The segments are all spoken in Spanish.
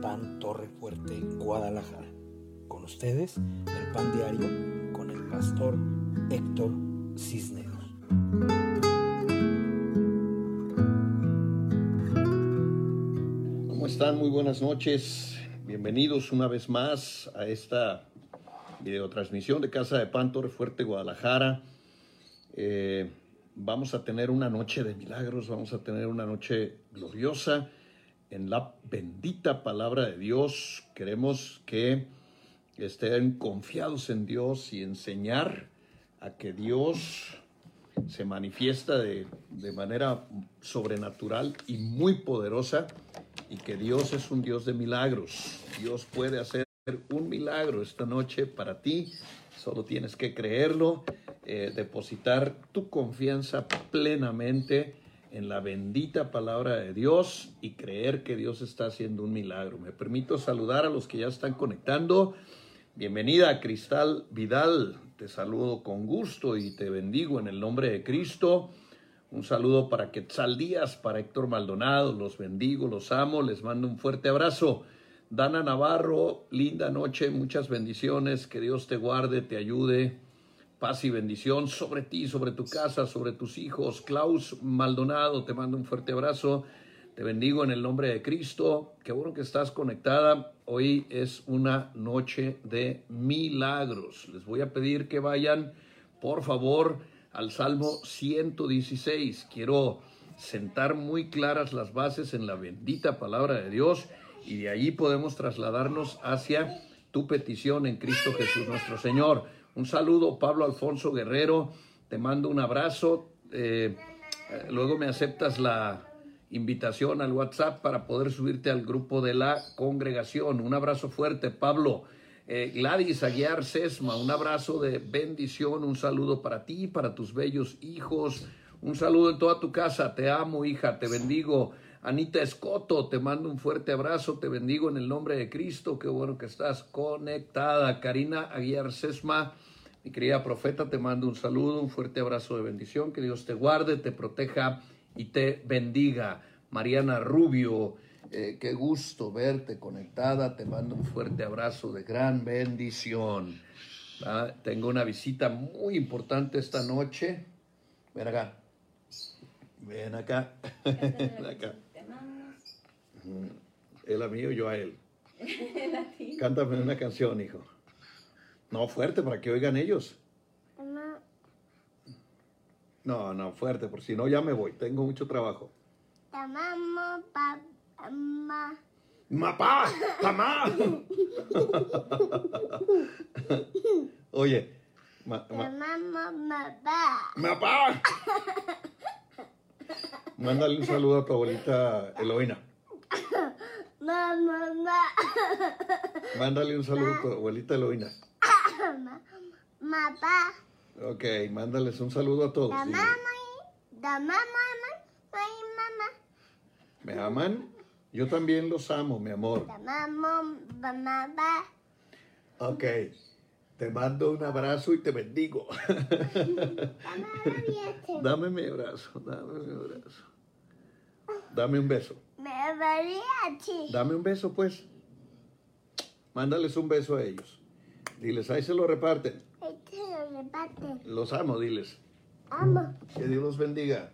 PAN Torre Fuerte, Guadalajara. Con ustedes, el Pan Diario con el pastor Héctor Cisneros. ¿Cómo están? Muy buenas noches. Bienvenidos una vez más a esta videotransmisión de Casa de Pan Torre Fuerte, Guadalajara. Vamos a tener una noche de milagros, vamos a tener una noche gloriosa en la bendita palabra de Dios. Queremos que estén confiados en Dios y enseñar a que Dios se manifiesta de manera sobrenatural y muy poderosa, y que Dios es un Dios de milagros. Dios puede hacer un milagro esta noche para ti. Solo tienes que creerlo, depositar tu confianza plenamente en la bendita palabra de Dios y creer que Dios está haciendo un milagro. Me permito saludar a los que ya están conectando. Bienvenida, Cristal Vidal. Te saludo con gusto y te bendigo en el nombre de Cristo. Un saludo para Quetzal Díaz, para Héctor Maldonado. Los bendigo, los amo, les mando un fuerte abrazo. Dana Navarro, linda noche, muchas bendiciones. Que Dios te guarde, te ayude. Paz y bendición sobre ti, sobre tu casa, sobre tus hijos. Klaus Maldonado, te mando un fuerte abrazo. Te bendigo en el nombre de Cristo. Qué bueno que estás conectada. Hoy es una noche de milagros. Les voy a pedir que vayan, por favor, al Salmo 116. Quiero sentar muy claras las bases en la bendita palabra de Dios y de ahí podemos trasladarnos hacia tu petición en Cristo Jesús nuestro Señor. Un saludo, Pablo Alfonso Guerrero, te mando un abrazo. Luego me aceptas la invitación al WhatsApp para poder subirte al grupo de la congregación. Un abrazo fuerte, Pablo. Gladys Aguiar Sesma, un abrazo de bendición, un saludo para ti, para tus bellos hijos. Un saludo en toda tu casa, te amo, hija, te bendigo. Anita Escoto, te mando un fuerte abrazo, te bendigo en el nombre de Cristo, qué bueno que estás conectada. Karina Aguiar Sesma, mi querida profeta, te mando un saludo, un fuerte abrazo de bendición, que Dios te guarde, te proteja y te bendiga. Mariana Rubio, qué gusto verte conectada, te mando un fuerte abrazo de gran bendición. Tengo una visita muy importante esta noche. Ven acá. Ven acá. Ven acá. Él a mí o yo a él. Cántame una canción, hijo. No, fuerte para que oigan ellos. No, fuerte, por si no ya me voy. Tengo mucho trabajo. ¡Mapá! ¡Tamá! Oye. ¡Mapá! Mándale un saludo a tu abuelita Eloína. Mándale un saludo a tu abuelita Eloína. Ok, mándales un saludo a todos. ¿Me aman? Yo también los amo, mi amor. Ok, te mando un abrazo y te bendigo. Dame mi abrazo, dame mi abrazo. Dame un beso. Dame un beso, pues. Mándales un beso a ellos. Diles, ahí se lo reparten. Los amo, diles. Amo. Que Dios los bendiga.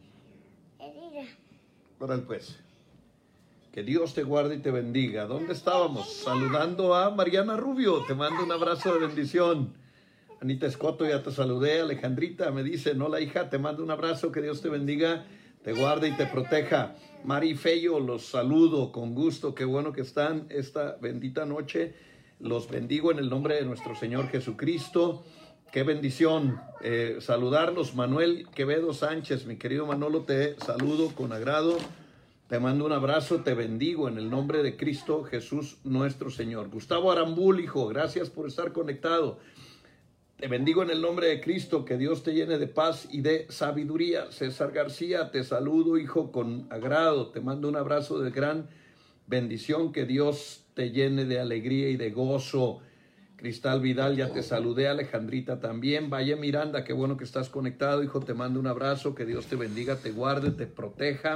Órale, pues. Que Dios te guarde y te bendiga. ¿Dónde estábamos? Saludando a Mariana Rubio. Te mando un abrazo de bendición. Anita Escoto, ya te saludé. Alejandrita me dice, no, la hija, te mando un abrazo. Que Dios te bendiga, te guarde y te proteja. Mari Fello, los saludo con gusto. Qué bueno que están esta bendita noche. Los bendigo en el nombre de nuestro Señor Jesucristo. Qué bendición saludarlos. Manuel Quevedo Sánchez, mi querido Manolo, te saludo con agrado. Te mando un abrazo, te bendigo en el nombre de Cristo Jesús nuestro Señor. Gustavo Arambul, hijo, gracias por estar conectado. Te bendigo en el nombre de Cristo, que Dios te llene de paz y de sabiduría. César García, te saludo, hijo, con agrado. Te mando un abrazo de gran bendición, que Dios te llene de alegría y de gozo. Cristal Vidal, ya te saludé. Alejandrita también. Valle Miranda, qué bueno que estás conectado, hijo, te mando un abrazo, que Dios te bendiga, te guarde, te proteja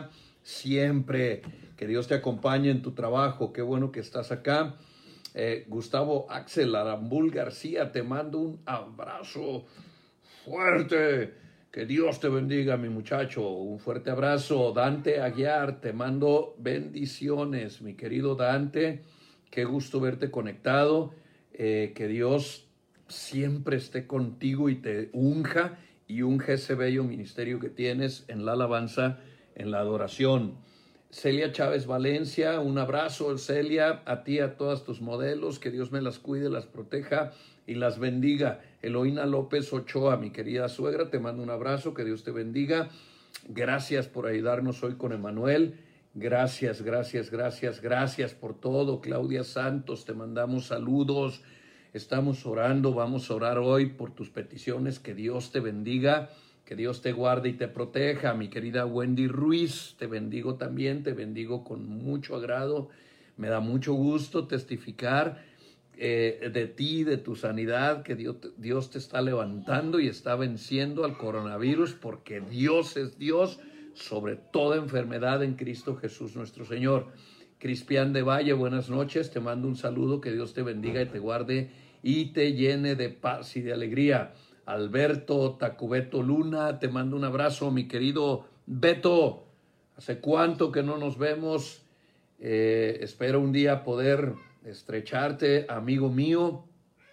siempre. Que Dios te acompañe en tu trabajo. Qué bueno que estás acá. Gustavo Axel Arambul García, te mando un abrazo fuerte. Que Dios te bendiga, mi muchacho. Un fuerte abrazo. Dante Aguiar, te mando bendiciones, mi querido Dante. Qué gusto verte conectado. Que Dios siempre esté contigo y te unja y unja ese bello ministerio que tienes en la alabanza, en la adoración. Celia Chávez Valencia, un abrazo, Celia, a ti, a todas tus modelos, que Dios me las cuide, las proteja y las bendiga. Eloína López Ochoa, mi querida suegra, te mando un abrazo, que Dios te bendiga. Gracias por ayudarnos hoy con Emanuel. Gracias por todo. Claudia Santos, te mandamos saludos. Estamos orando, vamos a orar hoy por tus peticiones. Que Dios te bendiga, que Dios te guarde y te proteja. Mi querida Wendy Ruiz, te bendigo también, te bendigo con mucho agrado. Me da mucho gusto testificar de ti, de tu sanidad, que Dios te está levantando y está venciendo al coronavirus, porque Dios es Dios sobre toda enfermedad en Cristo Jesús nuestro Señor. Cristian de Valle, buenas noches, te mando un saludo, que Dios te bendiga y te guarde y te llene de paz y de alegría. Alberto Tacubeto Luna, te mando un abrazo, mi querido Beto. ¿Hace cuánto que no nos vemos? Espero un día poder estrecharte, amigo mío.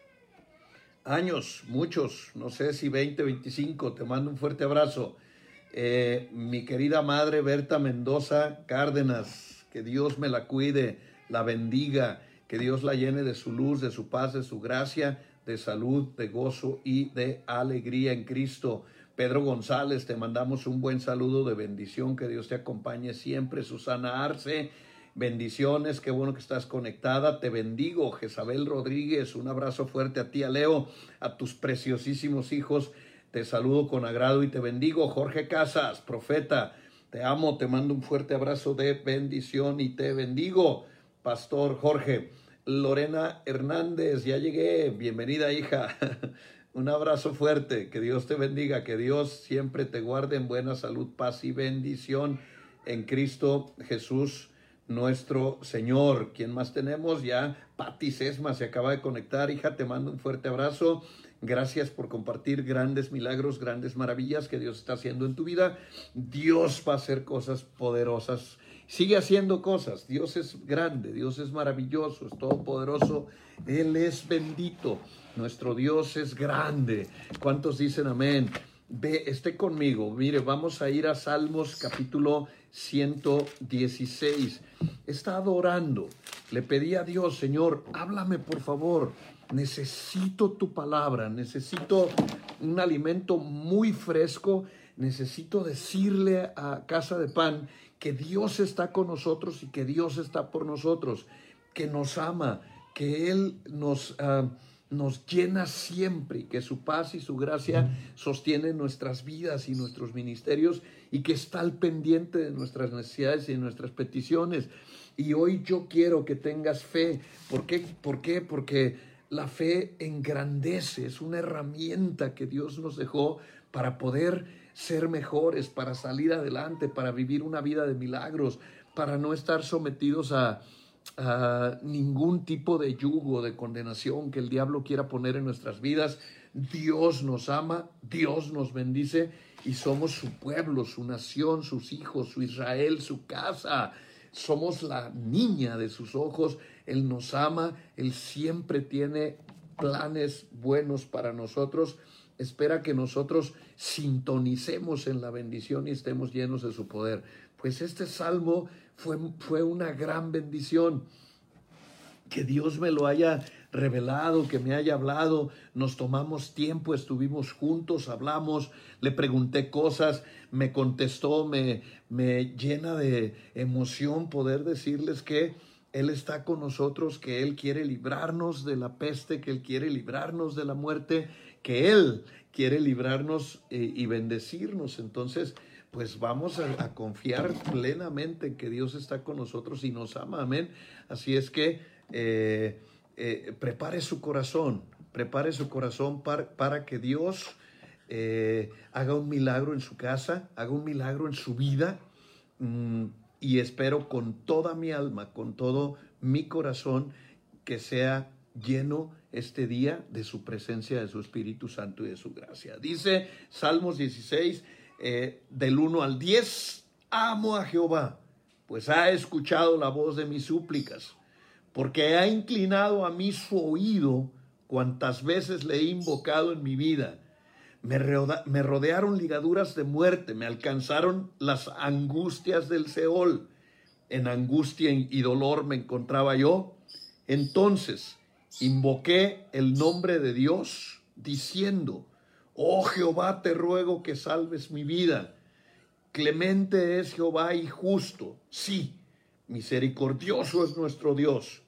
Años, muchos, no sé si 20, 25, te mando un fuerte abrazo. Mi querida madre Berta Mendoza Cárdenas, que Dios me la cuide, la bendiga, que Dios la llene de su luz, de su paz, de su gracia, de salud, de gozo y de alegría en Cristo. Pedro González, te mandamos un buen saludo de bendición, que Dios te acompañe siempre. Susana Arce, bendiciones, qué bueno que estás conectada, te bendigo. Jezabel Rodríguez, un abrazo fuerte a ti, a Leo, a tus preciosísimos hijos, te saludo con agrado y te bendigo. Jorge Casas, profeta, te amo, te mando un fuerte abrazo de bendición y te bendigo, Pastor Jorge. Lorena Hernández, ya llegué, bienvenida, hija. Un abrazo fuerte, que Dios te bendiga, que Dios siempre te guarde en buena salud, paz y bendición en Cristo Jesús nuestro Señor. ¿Quién más tenemos? Ya Pati Sesma se acaba de conectar, hija, te mando un fuerte abrazo. Gracias por compartir grandes milagros, grandes maravillas que Dios está haciendo en tu vida. Dios va a hacer cosas poderosas. Sigue haciendo cosas. Dios es grande, Dios es maravilloso, es todopoderoso. Él es bendito. Nuestro Dios es grande. ¿Cuántos dicen amén? Ve, esté conmigo. Mire, vamos a ir a Salmos capítulo 116. He estado orando. Le pedí a Dios, Señor, háblame por favor. Necesito tu palabra. Necesito un alimento muy fresco. Necesito decirle a Casa de Pan que Dios está con nosotros y que Dios está por nosotros, que nos ama, que Él nos llena siempre y que su paz y su gracia sostienen nuestras vidas y nuestros ministerios y que está al pendiente de nuestras necesidades y de nuestras peticiones. Y hoy yo quiero que tengas fe. ¿Por qué? Porque la fe engrandece, es una herramienta que Dios nos dejó para poder ser mejores, para salir adelante, para vivir una vida de milagros, para no estar sometidos a ningún tipo de yugo, de condenación que el diablo quiera poner en nuestras vidas. Dios nos ama, Dios nos bendice y somos su pueblo, su nación, sus hijos, su Israel, su casa. Somos la niña de sus ojos. Él nos ama, Él siempre tiene planes buenos para nosotros. Espera que nosotros sintonicemos en la bendición y estemos llenos de su poder. Pues este salmo fue una gran bendición. Que Dios me lo haya revelado, que me haya hablado. Nos tomamos tiempo, estuvimos juntos, hablamos, le pregunté cosas, me contestó, me llena de emoción poder decirles que Él está con nosotros, que Él quiere librarnos de la peste, que Él quiere librarnos de la muerte, que Él quiere librarnos y bendecirnos. Entonces, pues vamos a confiar plenamente en que Dios está con nosotros y nos ama, amén. Así es que prepare su corazón para que Dios haga un milagro en su casa, haga un milagro en su vida. y espero con toda mi alma, con todo mi corazón, que sea lleno este día de su presencia, de su Espíritu Santo y de su gracia. Dice Salmos 16, del 1 al 10, amo a Jehová, pues ha escuchado la voz de mis súplicas, porque ha inclinado a mí su oído cuantas veces le he invocado en mi vida. Me rodearon ligaduras de muerte, me alcanzaron las angustias del Seol. En angustia y dolor me encontraba yo. Entonces invoqué el nombre de Dios, diciendo: oh Jehová, te ruego que salves mi vida. Clemente es Jehová y justo. Sí, misericordioso es nuestro Dios.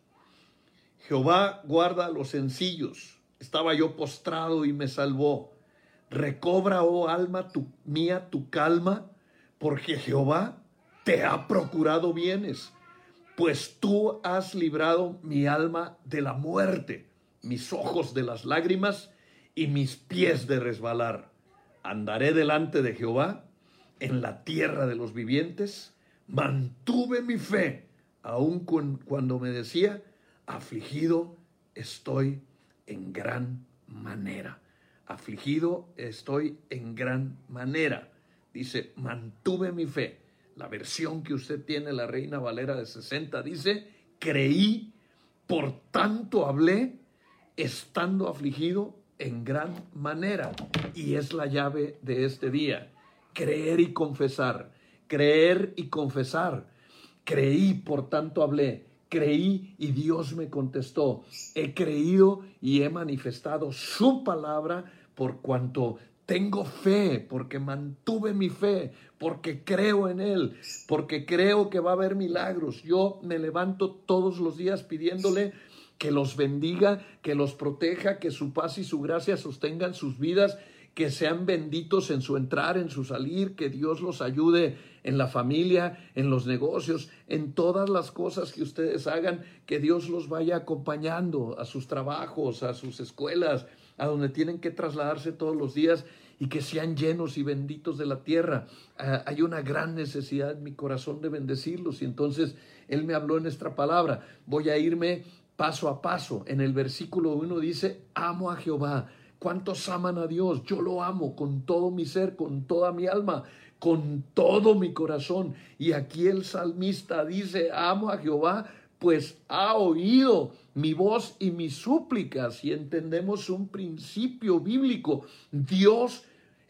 Jehová guarda a los sencillos. Estaba yo postrado y me salvó. Recobra, oh alma mía, tu calma, porque Jehová te ha procurado bienes, pues tú has librado mi alma de la muerte, mis ojos de las lágrimas y mis pies de resbalar. Andaré delante de Jehová en la tierra de los vivientes. Mantuve mi fe, aun cuando me decía: afligido estoy en gran manera. Afligido estoy en gran manera. Dice, mantuve mi fe. La versión que usted tiene, la Reina Valera de 60, dice: creí, por tanto hablé, estando afligido en gran manera. Y es la llave de este día: creer y confesar. Creer y confesar. Creí, por tanto hablé. Creí y Dios me contestó. He creído y he manifestado su palabra por cuanto tengo fe, porque mantuve mi fe, porque creo en Él, porque creo que va a haber milagros. Yo me levanto todos los días pidiéndole que los bendiga, que los proteja, que su paz y su gracia sostengan sus vidas, que sean benditos en su entrar, en su salir, que Dios los ayude en la familia, en los negocios, en todas las cosas que ustedes hagan, que Dios los vaya acompañando a sus trabajos, a sus escuelas, a donde tienen que trasladarse todos los días, y que sean llenos y benditos de la tierra. Hay una gran necesidad en mi corazón de bendecirlos, y entonces Él me habló en esta palabra. Voy a irme paso a paso. En el versículo 1 dice: amo a Jehová. ¿Cuántos aman a Dios? Yo lo amo con todo mi ser, con toda mi alma, con todo mi corazón. Y aquí el salmista dice: amo a Jehová, pues ha oído mi voz y mis súplicas. Y entendemos un principio bíblico: Dios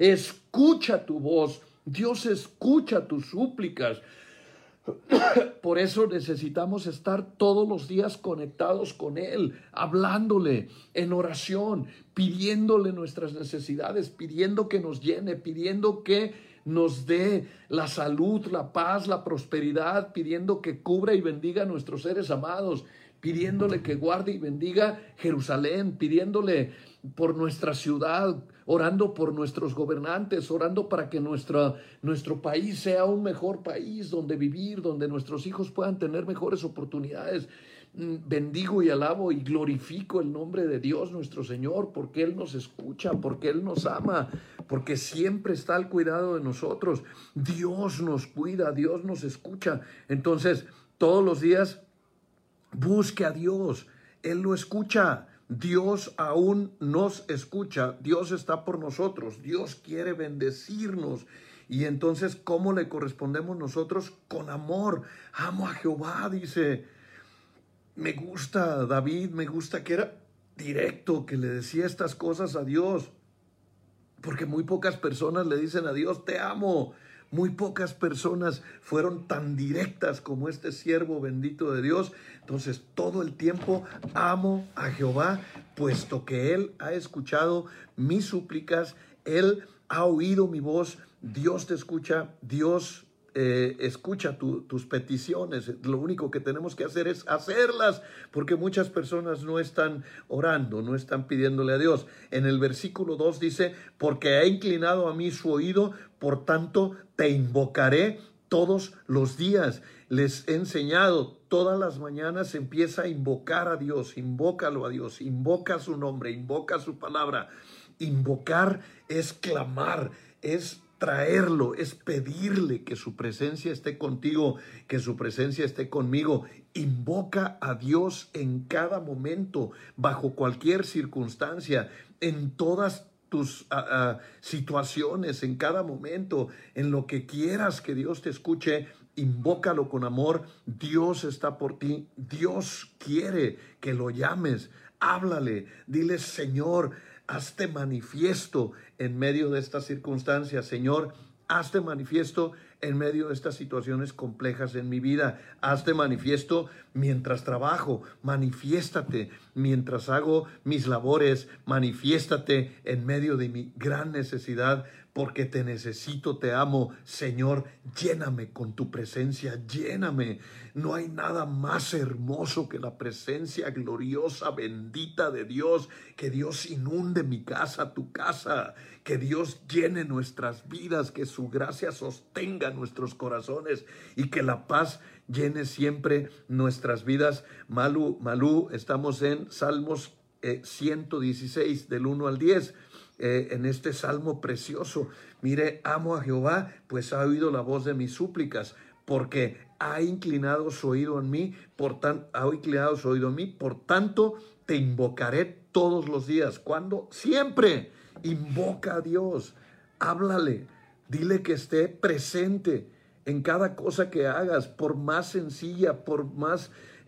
escucha tu voz, Dios escucha tus súplicas. Por eso necesitamos estar todos los días conectados con Él, hablándole en oración, pidiéndole nuestras necesidades, pidiendo que nos llene, pidiendo que nos dé la salud, la paz, la prosperidad, pidiendo que cubra y bendiga a nuestros seres amados, pidiéndole que guarde y bendiga Jerusalén, pidiéndole por nuestra ciudad, orando por nuestros gobernantes, orando para que nuestro país sea un mejor país donde vivir, donde nuestros hijos puedan tener mejores oportunidades. Bendigo y alabo y glorifico el nombre de Dios nuestro Señor, porque Él nos escucha, porque Él nos ama, porque siempre está al cuidado de nosotros. Dios nos cuida, Dios nos escucha. Entonces, todos los días busque a Dios, Él lo escucha. Dios aún nos escucha, Dios está por nosotros, Dios quiere bendecirnos. Y entonces, ¿cómo le correspondemos nosotros? Con amor. Amo a Jehová, dice. Me gusta David, me gusta que era directo, que le decía estas cosas a Dios, porque muy pocas personas le dicen a Dios: te amo. Muy pocas personas fueron tan directas como este siervo bendito de Dios. Entonces, todo el tiempo amo a Jehová, puesto que Él ha escuchado mis súplicas, Él ha oído mi voz. Dios te escucha, Dios escucha tus peticiones. Lo único que tenemos que hacer es hacerlas, porque muchas personas no están orando, no están pidiéndole a Dios. En el versículo 2 dice: porque ha inclinado a mí su oído, por tanto te invocaré todos los días. Les he enseñado, todas las mañanas empieza a invocar a Dios, invócalo a Dios, invoca su nombre, invoca su palabra. Invocar es clamar, es traerlo, es pedirle que su presencia esté contigo, que su presencia esté conmigo. Invoca a Dios en cada momento, bajo cualquier circunstancia, en todas tus situaciones, en cada momento, en lo que quieras que Dios te escuche. Invócalo con amor. Dios está por ti. Dios quiere que lo llames. Háblale. Dile: Señor, hazte manifiesto en medio de estas circunstancias. Señor, hazte manifiesto en medio de estas situaciones complejas en mi vida. Hazte manifiesto mientras trabajo. Manifiéstate mientras hago mis labores. Manifiéstate en medio de mi gran necesidad, porque te necesito, te amo. Señor, lléname con tu presencia, lléname. No hay nada más hermoso que la presencia gloriosa, bendita de Dios. Que Dios inunde mi casa, tu casa. Que Dios llene nuestras vidas, que su gracia sostenga nuestros corazones y que la paz llene siempre nuestras vidas. Malú, estamos en Salmos 116, del 1 al 10. En este salmo precioso. Mire: amo a Jehová, pues ha oído la voz de mis súplicas, porque ha inclinado su oído en mí, por tanto te invocaré todos los días. ¿Cuándo? Siempre. Invoca a Dios, háblale, dile que esté presente en cada cosa que hagas, por más sencilla, por más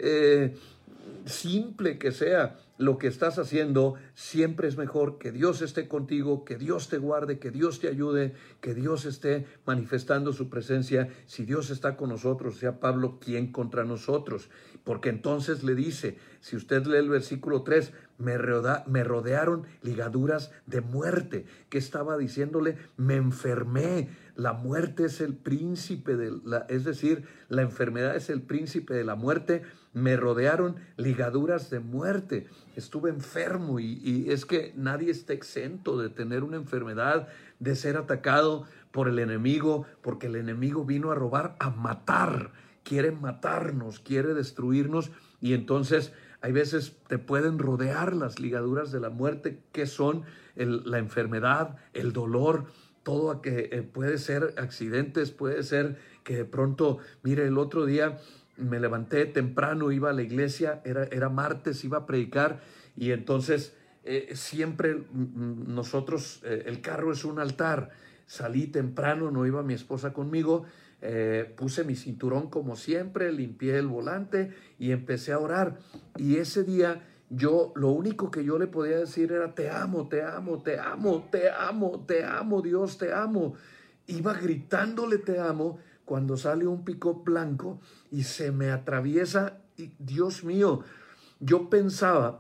simple que sea lo que estás haciendo. Siempre es mejor que Dios esté contigo, que Dios te guarde, que Dios te ayude, que Dios esté manifestando su presencia. Si Dios está con nosotros, sea Pablo, ¿quién contra nosotros? Porque entonces le dice, si usted lee el versículo 3, me rodearon ligaduras de muerte. ¿Qué estaba diciéndole? Me enfermé. La muerte es el príncipe es decir, la enfermedad es el príncipe de la muerte. Me rodearon ligaduras de muerte. Estuve enfermo y es que nadie está exento de tener una enfermedad, de ser atacado por el enemigo, porque el enemigo vino a robar, a matar. Quiere matarnos, quiere destruirnos, y entonces hay veces te pueden rodear las ligaduras de la muerte, que son la enfermedad, el dolor, todo que puede ser accidentes, puede ser que de pronto, mire, el otro día me levanté temprano, iba a la iglesia, era martes, iba a predicar, y entonces siempre nosotros, el carro es un altar. Salí temprano, no iba mi esposa conmigo, puse mi cinturón como siempre, limpié el volante y empecé a orar. Y ese día lo único que yo le podía decir era: te amo, te amo, te amo, te amo, te amo, Dios, te amo. Iba gritándole te amo, cuando sale un pick-up blanco y se me atraviesa, y Dios mío, yo pensaba,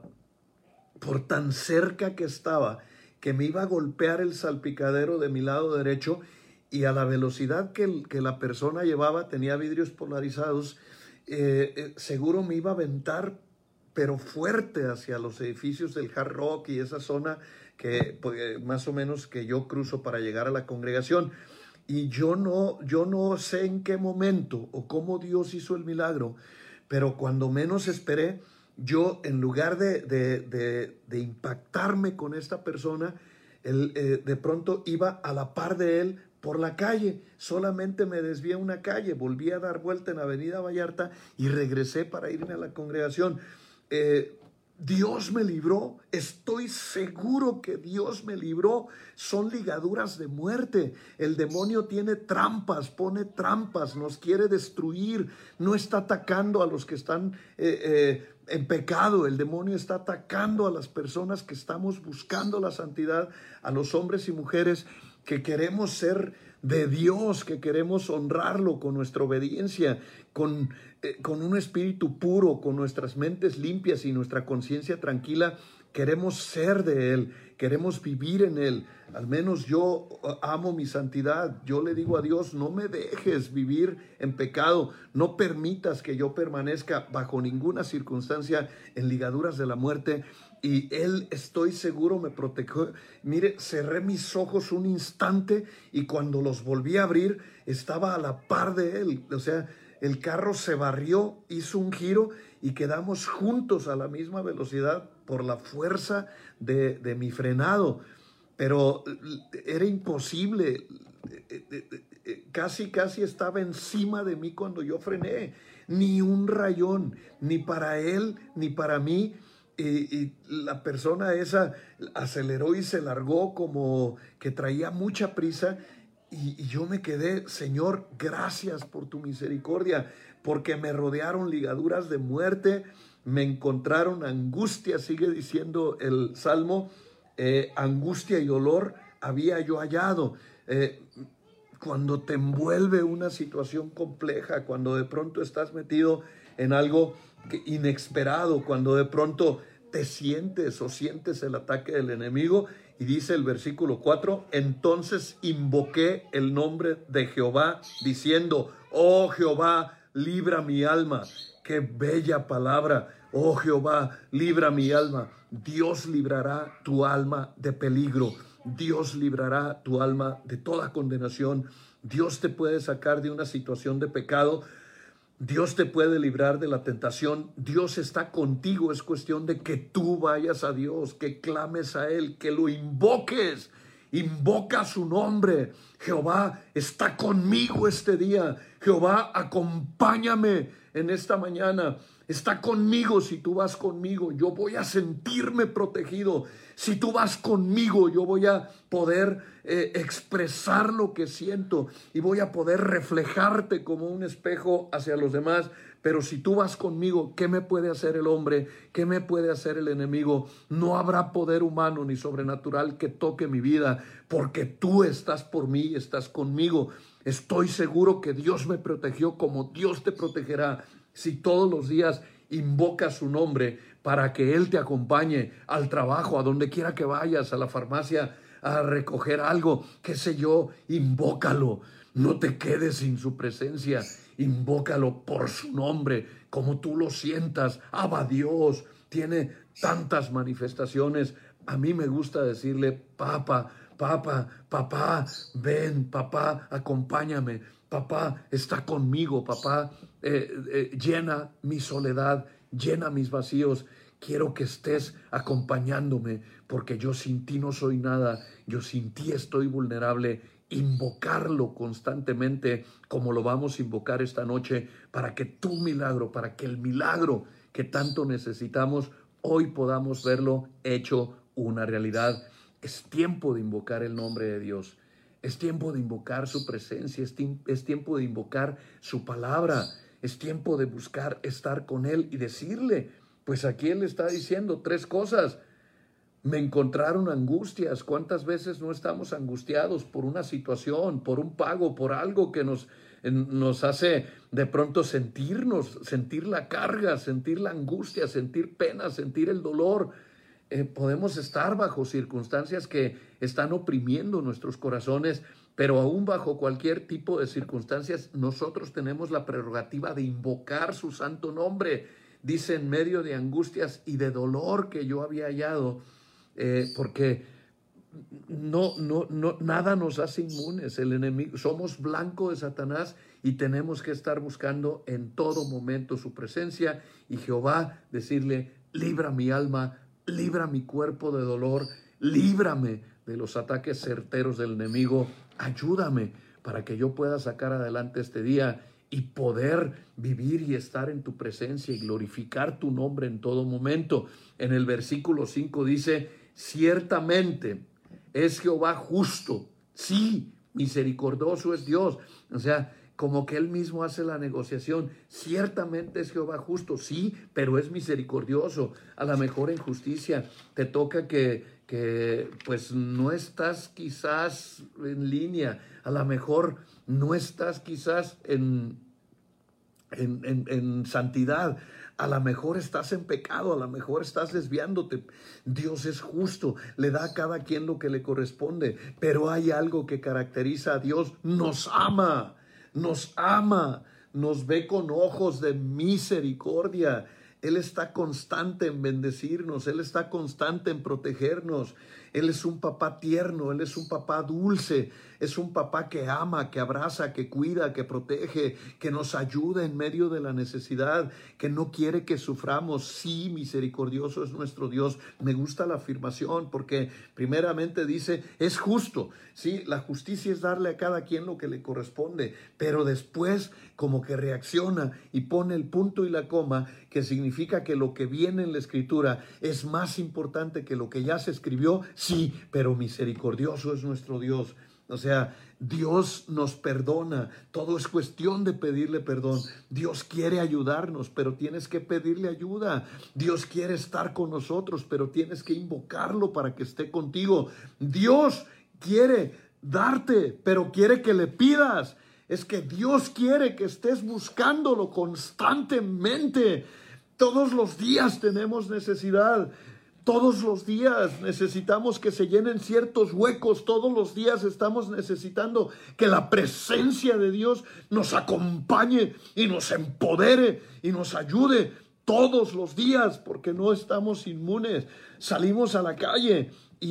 por tan cerca que estaba, que me iba a golpear el salpicadero de mi lado derecho, y a la velocidad que la persona llevaba, tenía vidrios polarizados, seguro me iba a aventar, pero fuerte, hacia los edificios del Hard Rock y esa zona que más o menos que yo cruzo para llegar a la congregación. Y yo no sé en qué momento o cómo Dios hizo el milagro, pero cuando menos esperé, yo, en lugar de impactarme con esta persona, de pronto iba a la par de él por la calle. Solamente me desvié una calle, volví a dar vuelta en Avenida Vallarta y regresé para irme a la congregación. Dios me libró, estoy seguro que Dios me libró. Son ligaduras de muerte. El demonio tiene trampas, pone trampas, nos quiere destruir. No está atacando a los que están en pecado. El demonio está atacando a las personas que estamos buscando la santidad, a los hombres y mujeres que queremos ser de Dios, que queremos honrarlo con nuestra obediencia, con un espíritu puro, con nuestras mentes limpias y nuestra conciencia tranquila. Queremos ser de Él, queremos vivir en Él. Al menos yo amo mi santidad. Yo le digo a Dios: no me dejes vivir en pecado, no permitas que yo permanezca bajo ninguna circunstancia en ligaduras de la muerte. Y Él, estoy seguro, me protegió. Mire, cerré mis ojos un instante y cuando los volví a abrir, estaba a la par de Él. O sea, el carro se barrió, hizo un giro y quedamos juntos a la misma velocidad por la fuerza de mi frenado. Pero era imposible casi estaba encima de mí cuando yo frené. Ni un rayón, ni para él, ni para mí. Y la persona esa aceleró y se largó como que traía mucha prisa. Y yo me quedé, Señor, gracias por tu misericordia, porque me rodearon ligaduras de muerte, me encontraron angustia, sigue diciendo el Salmo, angustia y dolor había yo hallado. Cuando te envuelve una situación compleja, cuando de pronto estás metido en algo inesperado, cuando de pronto te sientes o sientes el ataque del enemigo, y dice el versículo 4, entonces invoqué el nombre de Jehová, diciendo, oh Jehová, libra mi alma. Qué bella palabra. Oh Jehová, libra mi alma. Dios librará tu alma de peligro. Dios librará tu alma de toda condenación. Dios te puede sacar de una situación de pecado. Dios te puede librar de la tentación. Dios está contigo. Es cuestión de que tú vayas a Dios, que clames a Él, que lo invoques. Invoca su nombre. Jehová está conmigo este día. Jehová, acompáñame en esta mañana. Está conmigo. Si tú vas conmigo, yo voy a sentirme protegido. Si tú vas conmigo, yo voy a poder expresar lo que siento y voy a poder reflejarte como un espejo hacia los demás. Pero si tú vas conmigo, ¿qué me puede hacer el hombre? ¿Qué me puede hacer el enemigo? No habrá poder humano ni sobrenatural que toque mi vida, porque tú estás por mí, estás conmigo. Estoy seguro que Dios me protegió como Dios te protegerá si todos los días invocas su nombre para que Él te acompañe al trabajo, a donde quiera que vayas, a la farmacia, a recoger algo, qué sé yo, invócalo. No te quedes sin su presencia, invócalo por su nombre, como tú lo sientas. Abba Dios, tiene tantas manifestaciones. A mí me gusta decirle, papá, ven, papá, acompáñame. Papá, está conmigo, papá, llena mi soledad, llena mis vacíos. Quiero que estés acompañándome, porque yo sin ti no soy nada, yo sin ti estoy vulnerable. Invocarlo constantemente, como lo vamos a invocar esta noche, para que tu milagro, para que el milagro que tanto necesitamos, hoy podamos verlo hecho una realidad. Es tiempo de invocar el nombre de Dios. Es tiempo de invocar su presencia, es tiempo de invocar su palabra, es tiempo de buscar estar con Él y decirle, pues aquí Él está diciendo 3 cosas. Me encontraron angustias. ¿Cuántas veces no estamos angustiados por una situación, por un pago, por algo que nos hace de pronto sentir la carga, sentir la angustia, sentir pena, sentir el dolor? Podemos estar bajo circunstancias que están oprimiendo nuestros corazones, pero aún bajo cualquier tipo de circunstancias, nosotros tenemos la prerrogativa de invocar su santo nombre. Dice, en medio de angustias y de dolor que yo había hallado, porque nada nos hace inmunes. El enemigo, somos blanco de Satanás y tenemos que estar buscando en todo momento su presencia. Y Jehová decirle, libra mi alma, libra mi cuerpo de dolor, líbrame de los ataques certeros del enemigo, ayúdame para que yo pueda sacar adelante este día y poder vivir y estar en tu presencia y glorificar tu nombre en todo momento. En el versículo 5 dice, ciertamente es Jehová justo, sí, misericordioso es Dios. O sea, como que Él mismo hace la negociación. Ciertamente es Jehová justo, sí, pero es misericordioso. A lo mejor en justicia te toca que pues no estás quizás en línea, a lo mejor no estás quizás en santidad, a lo mejor estás en pecado, a lo mejor estás desviándote. Dios es justo, le da a cada quien lo que le corresponde, pero hay algo que caracteriza a Dios: nos ama, nos ve con ojos de misericordia. Él está constante en bendecirnos, Él está constante en protegernos. Él es un papá tierno, Él es un papá dulce, es un papá que ama, que abraza, que cuida, que protege, que nos ayuda en medio de la necesidad, que no quiere que suframos. Sí, misericordioso es nuestro Dios. Me gusta la afirmación porque primeramente dice, es justo. Sí, la justicia es darle a cada quien lo que le corresponde, pero después como que reacciona y pone el punto y la coma, que significa que lo que viene en la escritura es más importante que lo que ya se escribió. Sí, pero misericordioso es nuestro Dios. O sea, Dios nos perdona, todo es cuestión de pedirle perdón. Dios quiere ayudarnos, pero tienes que pedirle ayuda. Dios quiere estar con nosotros, pero tienes que invocarlo para que esté contigo. Dios quiere darte, pero quiere que le pidas. Es que Dios quiere que estés buscándolo constantemente. Todos los días tenemos necesidad. Todos los días necesitamos que se llenen ciertos huecos. Todos los días estamos necesitando que la presencia de Dios nos acompañe y nos empodere y nos ayude todos los días, porque no estamos inmunes. Salimos a la calle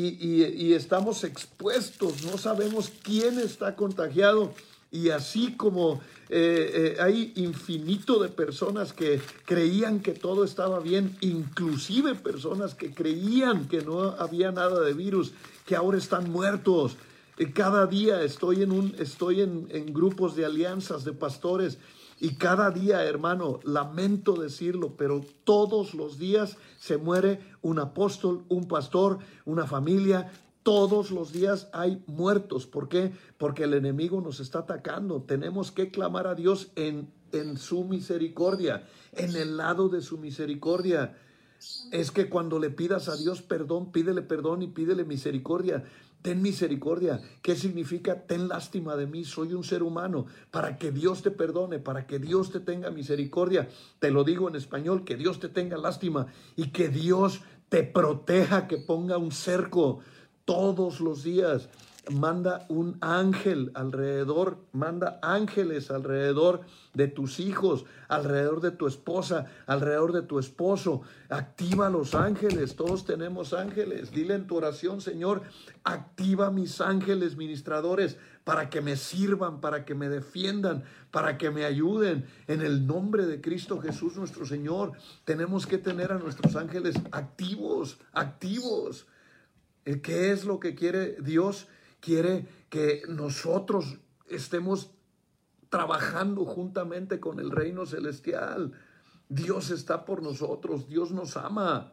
y estamos expuestos. No sabemos quién está contagiado. Y así como hay infinito de personas que creían que todo estaba bien, inclusive personas que creían que no había nada de virus, que ahora están muertos. Cada día estoy en grupos de alianzas de pastores y cada día, hermano, lamento decirlo, pero todos los días se muere un apóstol, un pastor, una familia. Todos los días hay muertos. ¿Por qué? Porque el enemigo nos está atacando. Tenemos que clamar a Dios en su misericordia, en el lado de su misericordia. Es que cuando le pidas a Dios perdón, pídele perdón y pídele misericordia. Ten misericordia. ¿Qué significa? Ten lástima de mí, soy un ser humano. Para que Dios te perdone, para que Dios te tenga misericordia. Te lo digo en español, que Dios te tenga lástima y que Dios te proteja, que ponga un cerco. Todos los días manda un ángel alrededor, manda ángeles alrededor de tus hijos, alrededor de tu esposa, alrededor de tu esposo. Activa los ángeles, todos tenemos ángeles. Dile en tu oración, Señor, activa mis ángeles ministradores para que me sirvan, para que me defiendan, para que me ayuden. En el nombre de Cristo Jesús nuestro Señor, tenemos que tener a nuestros ángeles activos. ¿Qué es lo que quiere Dios? Quiere que nosotros estemos trabajando juntamente con el reino celestial. Dios está por nosotros, Dios nos ama,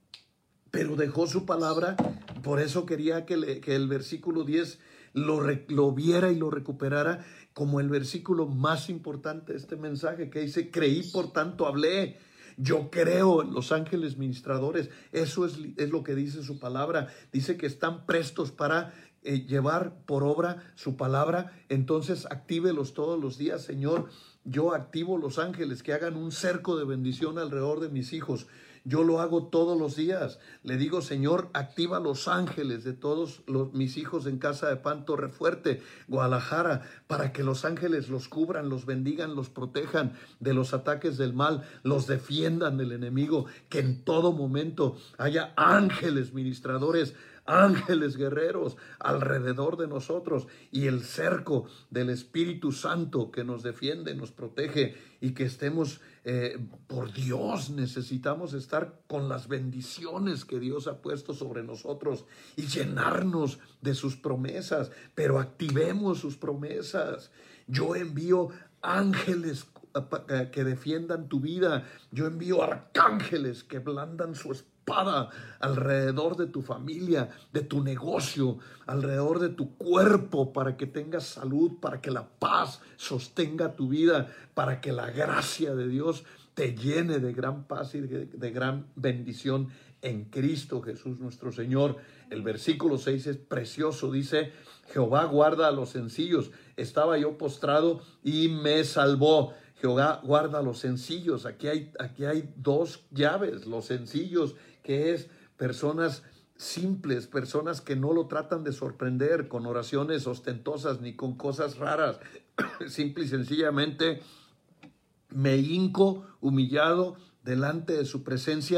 pero dejó su palabra. Por eso quería que el versículo 10 lo viera y lo recuperara como el versículo más importante de este mensaje, que dice, creí, por tanto hablé. Yo creo en los ángeles ministradores. Eso es lo que dice su palabra. Dice que están prestos para llevar por obra su palabra. Entonces actívelos todos los días, Señor. Yo activo los ángeles que hagan un cerco de bendición alrededor de mis hijos. Yo lo hago todos los días. Le digo, Señor, activa los ángeles de todos mis hijos en Casa de Pan, Torrefuerte, Guadalajara, para que los ángeles los cubran, los bendigan, los protejan de los ataques del mal, los defiendan del enemigo, que en todo momento haya ángeles ministradores, ángeles guerreros alrededor de nosotros y el cerco del Espíritu Santo que nos defiende, nos protege y que estemos por Dios. Necesitamos estar con las bendiciones que Dios ha puesto sobre nosotros y llenarnos de sus promesas, pero activemos sus promesas. Yo envío ángeles que defiendan tu vida. Yo envío arcángeles que blandan su espada alrededor de tu familia, de tu negocio, alrededor de tu cuerpo, para que tengas salud, para que la paz sostenga tu vida, para que la gracia de Dios te llene de gran paz y de gran bendición en Cristo Jesús nuestro Señor. El versículo 6 es precioso, dice, Jehová guarda a los sencillos. Estaba yo postrado y me salvó. Jehová guarda a los sencillos. Aquí hay dos llaves. Los sencillos, que es personas simples, personas que no lo tratan de sorprender con oraciones ostentosas ni con cosas raras. Simple y sencillamente me hinco humillado delante de su presencia,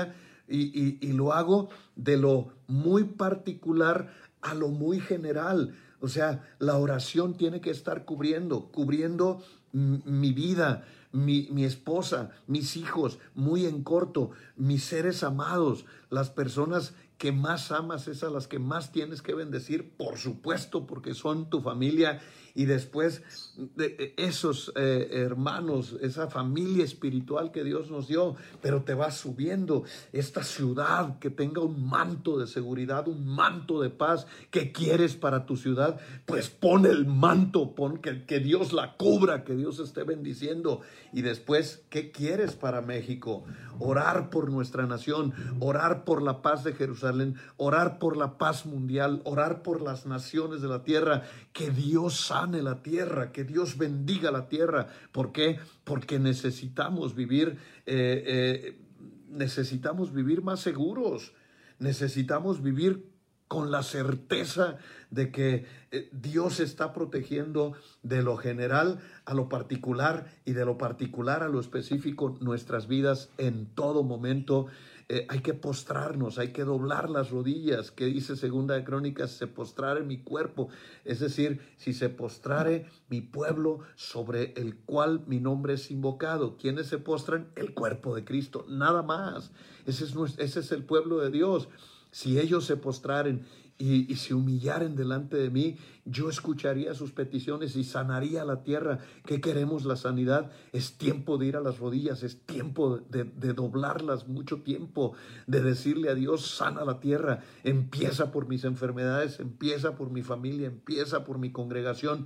y lo hago de lo muy particular a lo muy general. O sea, la oración tiene que estar cubriendo mi vida, mi esposa, mis hijos, muy en corto, mis seres amados, las personas que más amas, es a las que más tienes que bendecir, por supuesto, porque son tu familia. Y después esos hermanos, esa familia espiritual que Dios nos dio, pero te vas subiendo esta ciudad que tenga un manto de seguridad, un manto de paz. ¿Qué quieres para tu ciudad? Pues pon el manto, pon que Dios la cubra, que Dios esté bendiciendo. Y después, ¿qué quieres para México? Orar por nuestra nación, orar por la paz de Jerusalén, orar por la paz mundial, orar por las naciones de la tierra, que Dios sane la tierra, que Dios bendiga la tierra. ¿Por qué? Porque necesitamos vivir más seguros, necesitamos vivir con la certeza de que Dios está protegiendo de lo general a lo particular y de lo particular a lo específico nuestras vidas en todo momento. Hay que postrarnos, hay que doblar las rodillas, que dice Segunda de Crónicas, se postrare mi cuerpo, es decir, si se postrare mi pueblo sobre el cual mi nombre es invocado. ¿Quiénes se postran? El cuerpo de Cristo, nada más. Ese es el pueblo de Dios. Si ellos se postraren y se humillaren delante de mí, yo escucharía sus peticiones y sanaría la tierra. ¿Qué queremos? La sanidad. Es tiempo de ir a las rodillas, es tiempo de doblarlas, mucho tiempo de decirle a Dios, sana la tierra. Empieza por mis enfermedades, empieza por mi familia, empieza por mi congregación.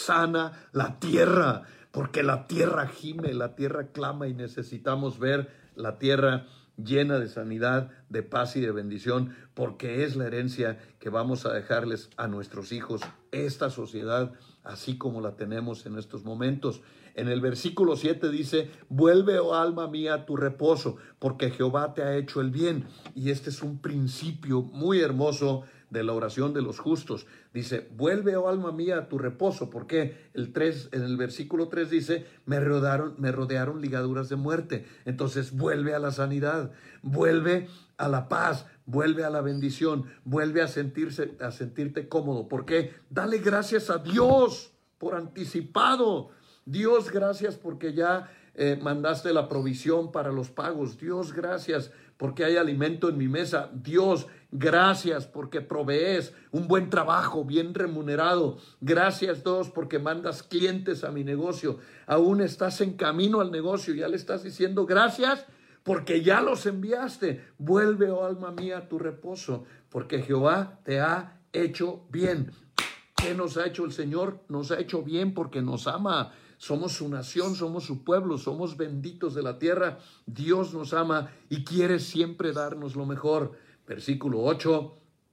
Sana la tierra, porque la tierra gime, la tierra clama y necesitamos ver la tierra llena de sanidad, de paz y de bendición, porque es la herencia que vamos a dejarles a nuestros hijos, esta sociedad, así como la tenemos en estos momentos. En el versículo 7 dice, vuelve, oh alma mía, a tu reposo, porque Jehová te ha hecho el bien. Y este es un principio muy hermoso de la oración de los justos. Dice, vuelve, oh alma mía, a tu reposo. Porque en el versículo 3 dice, me rodearon ligaduras de muerte. Entonces vuelve a la sanidad, vuelve a la paz, vuelve a la bendición, vuelve a sentirte cómodo. ¿Por qué? Dale gracias a Dios por anticipado. Dios, gracias porque ya mandaste la provisión para los pagos. Dios, gracias porque hay alimento en mi mesa. Dios, gracias porque provees un buen trabajo bien remunerado. Gracias, Dios, porque mandas clientes a mi negocio. Aún estás en camino al negocio, ya le estás diciendo gracias porque ya los enviaste. Vuelve, oh alma mía, a tu reposo, porque Jehová te ha hecho bien. ¿Qué nos ha hecho el Señor? Nos ha hecho bien porque nos ama. Somos su nación, somos su pueblo, somos benditos de la tierra. Dios nos ama y quiere siempre darnos lo mejor. Versículo 8,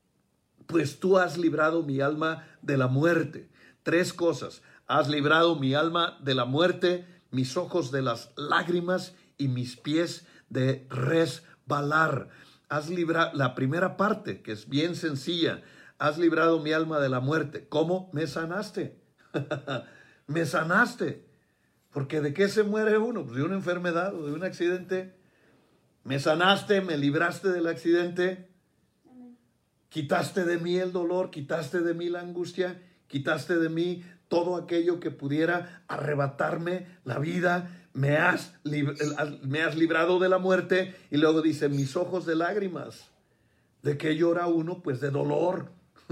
pues tú has librado mi alma de la muerte. 3 cosas. Has librado mi alma de la muerte, mis ojos de las lágrimas y mis pies de resbalar. Has librado la primera parte, que es bien sencilla. Has librado mi alma de la muerte. ¿Cómo? Me sanaste. Me sanaste. Porque ¿de qué se muere uno? Pues de una enfermedad o de un accidente. Me sanaste, me libraste del accidente. Quitaste de mí el dolor, quitaste de mí la angustia, quitaste de mí todo aquello que pudiera arrebatarme la vida. Me has librado de la muerte. Y luego dice, mis ojos de lágrimas. ¿De qué llora uno? Pues de dolor.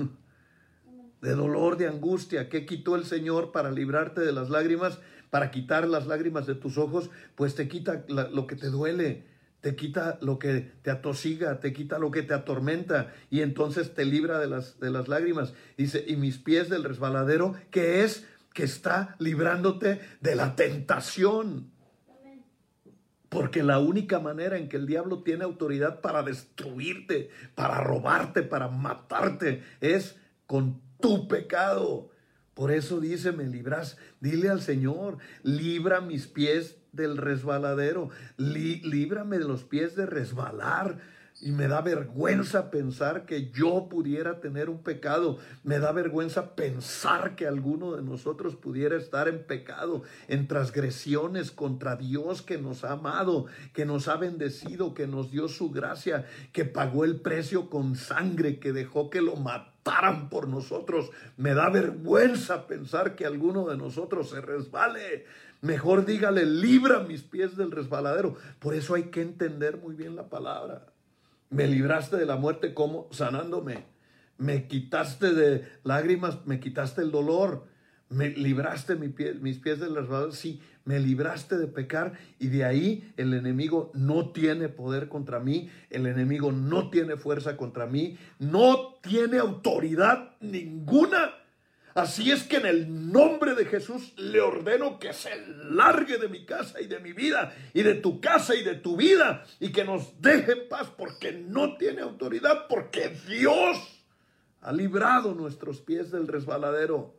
De dolor, de angustia. ¿Qué quitó el Señor para librarte de las lágrimas? Para quitar las lágrimas de tus ojos, pues te quita lo que te duele, te quita lo que te atosiga, te quita lo que te atormenta y entonces te libra de las lágrimas. Dice, y mis pies del resbaladero, que es que está librándote de la tentación. Porque la única manera en que el diablo tiene autoridad para destruirte, para robarte, para matarte, es con tu pecado. Por eso dice, me libras. Dile al Señor, libra mis pies del resbaladero. Líbrame de los pies de resbalar. Y me da vergüenza pensar que yo pudiera tener un pecado. Me da vergüenza pensar que alguno de nosotros pudiera estar en pecado, en transgresiones contra Dios que nos ha amado, que nos ha bendecido, que nos dio su gracia, que pagó el precio con sangre, que dejó que lo mataran por nosotros. Me da vergüenza pensar que alguno de nosotros se resbale. Mejor dígale, libra mis pies del resbaladero. Por eso hay que entender muy bien la palabra. Me libraste de la muerte, ¿cómo? Sanándome. Me quitaste de lágrimas, me quitaste el dolor. Me libraste mis pies del resbaladero. Sí, me libraste de pecar. Y de ahí el enemigo no tiene poder contra mí. El enemigo no tiene fuerza contra mí. No tiene autoridad ninguna. Así es que en el nombre de Jesús le ordeno que se largue de mi casa y de mi vida y de tu casa y de tu vida y que nos deje en paz porque no tiene autoridad, porque Dios ha librado nuestros pies del resbaladero.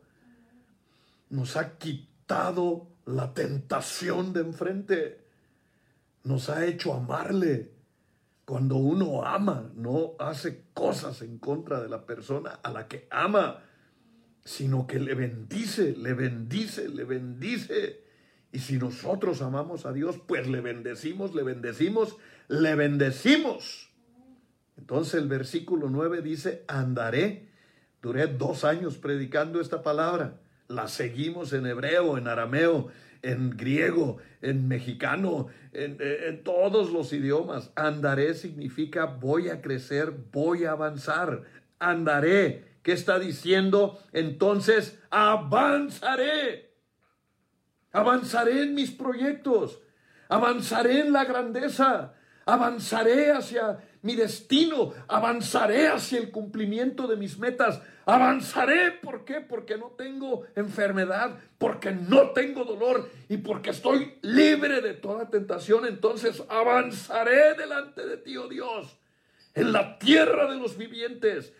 Nos ha quitado la tentación de enfrente. Nos ha hecho amarle. Cuando uno ama, no hace cosas en contra de la persona a la que ama, sino que le bendice, le bendice, le bendice. Y si nosotros amamos a Dios, pues le bendecimos, le bendecimos, le bendecimos. Entonces el versículo 9 dice, andaré. Duré 2 años predicando esta palabra. La seguimos en hebreo, en arameo, en griego, en mexicano, en todos los idiomas. Andaré significa voy a crecer, voy a avanzar. Andaré. ¿Qué está diciendo? Entonces, avanzaré. Avanzaré en mis proyectos. Avanzaré en la grandeza. Avanzaré hacia mi destino. Avanzaré hacia el cumplimiento de mis metas. Avanzaré. ¿Por qué? Porque no tengo enfermedad, porque no tengo dolor y porque estoy libre de toda tentación. Entonces, avanzaré delante de ti, oh Dios, en la tierra de los vivientes.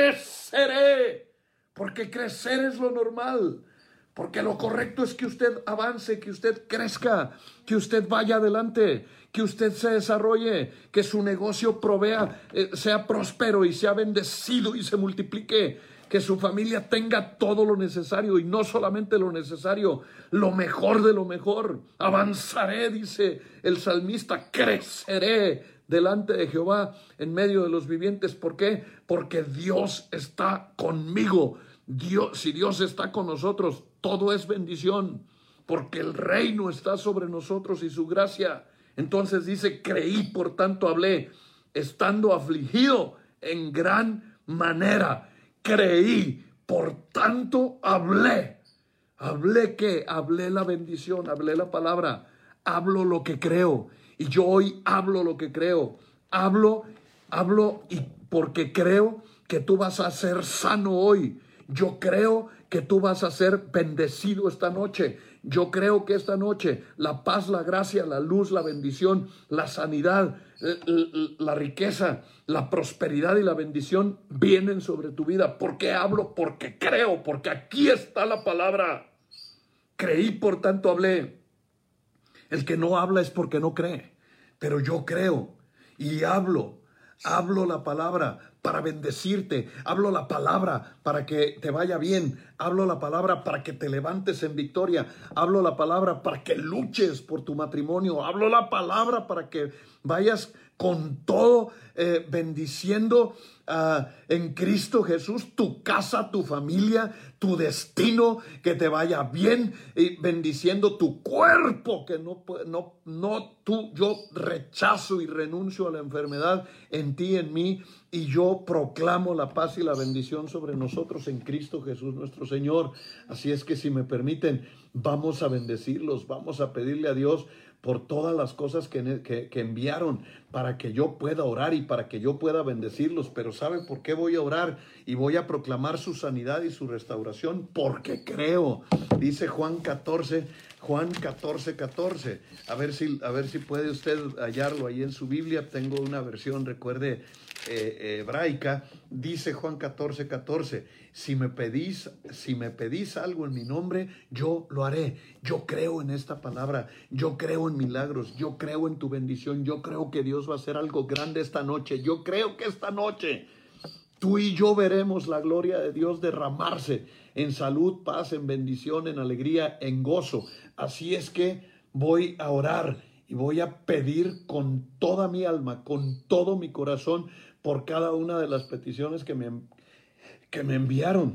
Creceré, porque crecer es lo normal, porque lo correcto es que usted avance, que usted crezca, que usted vaya adelante, que usted se desarrolle, que su negocio provea, sea próspero y sea bendecido y se multiplique, que su familia tenga todo lo necesario y no solamente lo necesario, lo mejor de lo mejor. Avanzaré, dice el salmista, creceré delante de Jehová en medio de los vivientes. ¿Por qué? Porque Dios está conmigo. Si Dios está con nosotros, todo es bendición, porque el reino está sobre nosotros y su gracia. Entonces dice, creí, por tanto hablé, estando afligido en gran manera. Creí, por tanto hablé. ¿Hablé qué? Hablé la bendición, hablé la palabra, hablo lo que creo. Y yo hoy hablo lo que creo. Hablo y porque creo que tú vas a ser sano hoy. Yo creo que tú vas a ser bendecido esta noche. Yo creo que esta noche la paz, la gracia, la luz, la bendición, la sanidad, la riqueza, la prosperidad y la bendición vienen sobre tu vida. ¿Por qué hablo? Porque creo, porque aquí está la palabra. Creí, por tanto hablé. El que no habla es porque no cree, pero yo creo y hablo la palabra para bendecirte, hablo la palabra para que te vaya bien, hablo la palabra para que te levantes en victoria, hablo la palabra para que luches por tu matrimonio, hablo la palabra para que vayas con todo bendiciendo en Cristo Jesús tu casa, tu familia, tu destino, que te vaya bien, y bendiciendo tu cuerpo, que yo rechazo y renuncio a la enfermedad en ti, en mí, y yo proclamo la paz y la bendición sobre nosotros en Cristo Jesús nuestro Señor. Así es que, si me permiten, vamos a bendecirlos, vamos a pedirle a Dios por todas las cosas que enviaron para que yo pueda orar y para que yo pueda bendecirlos. Pero ¿sabe por qué voy a orar y voy a proclamar su sanidad y su restauración? Porque creo. Dice Juan 14, 14. A ver si puede usted hallarlo ahí en su Biblia. Tengo una versión, recuerde, hebraica. Dice Juan 14. Si me pedís algo en mi nombre, yo lo haré. Yo creo en esta palabra, yo creo en milagros, yo creo en tu bendición, yo creo que Dios va a hacer algo grande esta noche. Yo creo que esta noche tú y yo veremos la gloria de Dios derramarse en salud, paz, en bendición, en alegría, en gozo. Así es que voy a orar y voy a pedir con toda mi alma, con todo mi corazón, por cada una de las peticiones que me enviaron,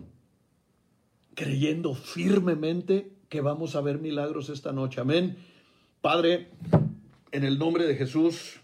creyendo firmemente que vamos a ver milagros esta noche. Amén. Padre, en el nombre de Jesús,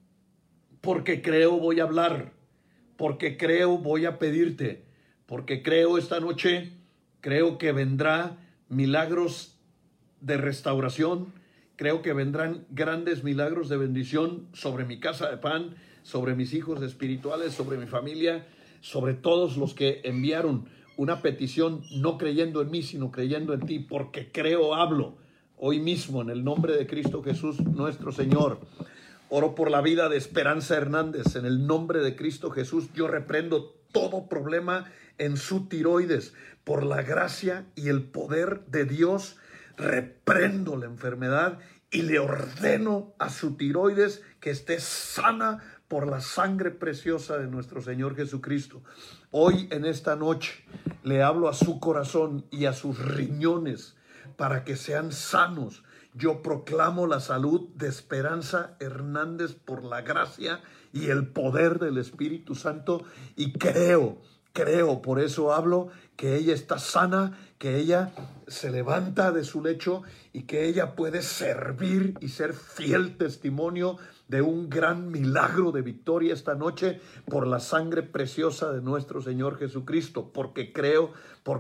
porque creo voy a hablar, porque creo voy a pedirte, porque creo esta noche, creo que vendrá milagros de restauración, creo que vendrán grandes milagros de bendición sobre mi casa de pan, sobre mis hijos espirituales, sobre mi familia, sobre todos los que enviaron una petición no creyendo en mí, sino creyendo en ti, porque creo, hablo hoy mismo en el nombre de Cristo Jesús nuestro Señor. Oro por la vida de Esperanza Hernández. En el nombre de Cristo Jesús, yo reprendo todo problema en su tiroides. Por la gracia y el poder de Dios, reprendo la enfermedad y le ordeno a su tiroides que esté sana por la sangre preciosa de nuestro Señor Jesucristo. Hoy en esta noche le hablo a su corazón y a sus riñones para que sean sanos. Yo proclamo la salud de Esperanza Hernández por la gracia y el poder del Espíritu Santo y creo, por eso hablo, que ella está sana, que ella se levanta de su lecho y que ella puede servir y ser fiel testimonio de un gran milagro de victoria esta noche por la sangre preciosa de nuestro Señor Jesucristo, porque creo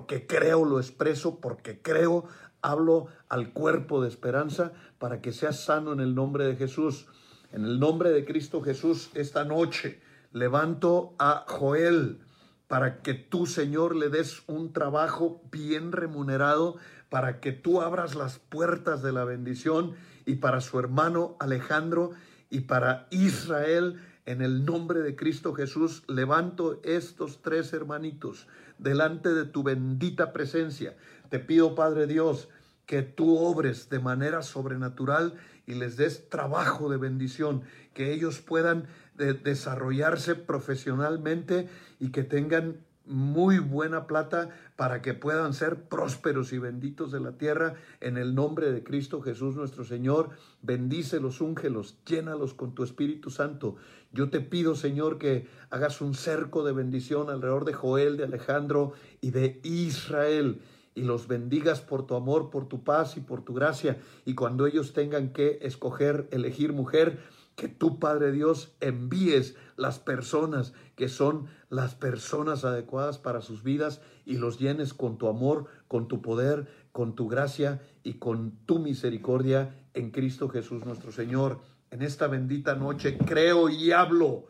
lo expreso, porque creo, hablo al cuerpo de Esperanza para que sea sano en el nombre de Jesús. En el nombre de Cristo Jesús, esta noche levanto a Joel para que tú, Señor, le des un trabajo bien remunerado, para que tú abras las puertas de la bendición, y para su hermano Alejandro y para Israel, en el nombre de Cristo Jesús, levanto estos tres hermanitos delante de tu bendita presencia. Te pido, Padre Dios, que tú obres de manera sobrenatural y les des trabajo de bendición, que ellos puedan desarrollarse profesionalmente y que tengan muy buena plata para que puedan ser prósperos y benditos de la tierra en el nombre de Cristo Jesús nuestro Señor. Bendícelos, úngelos, llénalos con tu Espíritu Santo. Yo te pido, Señor, que hagas un cerco de bendición alrededor de Joel, de Alejandro y de Israel, y los bendigas por tu amor, por tu paz y por tu gracia. Y cuando ellos tengan que elegir mujer, que tú, Padre Dios, envíes las personas que son las personas adecuadas para sus vidas y los llenes con tu amor, con tu poder, con tu gracia y con tu misericordia en Cristo Jesús nuestro Señor. En esta bendita noche creo y hablo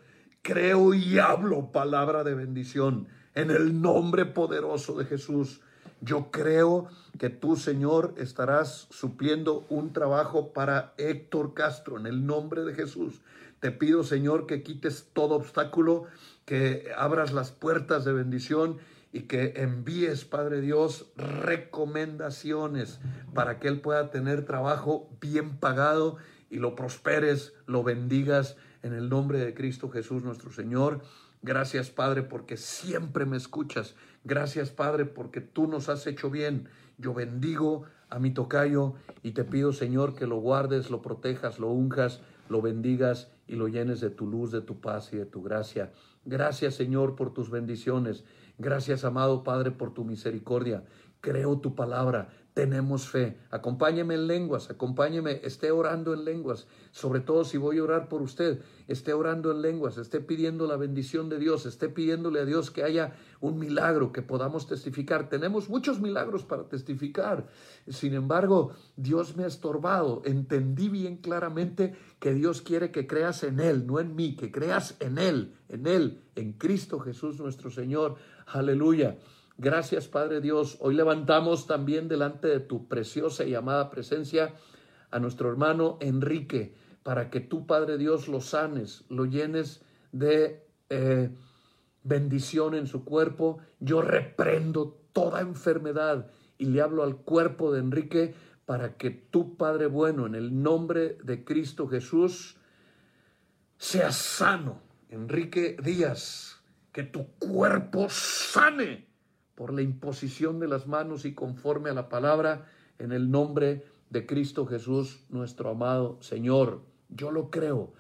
palabra de bendición en el nombre poderoso de Jesús. Yo creo que tú, Señor, estarás supliendo un trabajo para Héctor Castro en el nombre de Jesús. Te pido, Señor, que quites todo obstáculo, que abras las puertas de bendición y que envíes, Padre Dios, recomendaciones para que él pueda tener trabajo bien pagado y lo prosperes, lo bendigas en el nombre de Cristo Jesús nuestro Señor. Gracias, Padre, porque siempre me escuchas. Gracias, Padre, porque tú nos has hecho bien. Yo bendigo a mi tocayo y te pido, Señor, que lo guardes, lo protejas, lo unjas, lo bendigas y lo llenes de tu luz, de tu paz y de tu gracia. Gracias, Señor, por tus bendiciones. Gracias, amado Padre, por tu misericordia. Creo tu palabra. Tenemos fe. Acompáñeme en lenguas, acompáñeme, esté orando en lenguas. Sobre todo si voy a orar por usted, esté orando en lenguas, esté pidiendo la bendición de Dios, esté pidiéndole a Dios que haya un milagro, que podamos testificar. Tenemos muchos milagros para testificar. Sin embargo, Dios me ha estorbado. Entendí bien claramente que Dios quiere que creas en Él, no en mí, que creas en Él, en Cristo Jesús nuestro Señor. Aleluya. Gracias, Padre Dios. Hoy levantamos también delante de tu preciosa y amada presencia a nuestro hermano Enrique, para que tú, Padre Dios, lo sanes, lo llenes de bendición en su cuerpo. Yo reprendo toda enfermedad y le hablo al cuerpo de Enrique para que tú, Padre bueno, en el nombre de Cristo Jesús, seas sano. Enrique Díaz, que tu cuerpo sane por la imposición de las manos y conforme a la palabra, en el nombre de Cristo Jesús, nuestro amado Señor. Yo lo creo,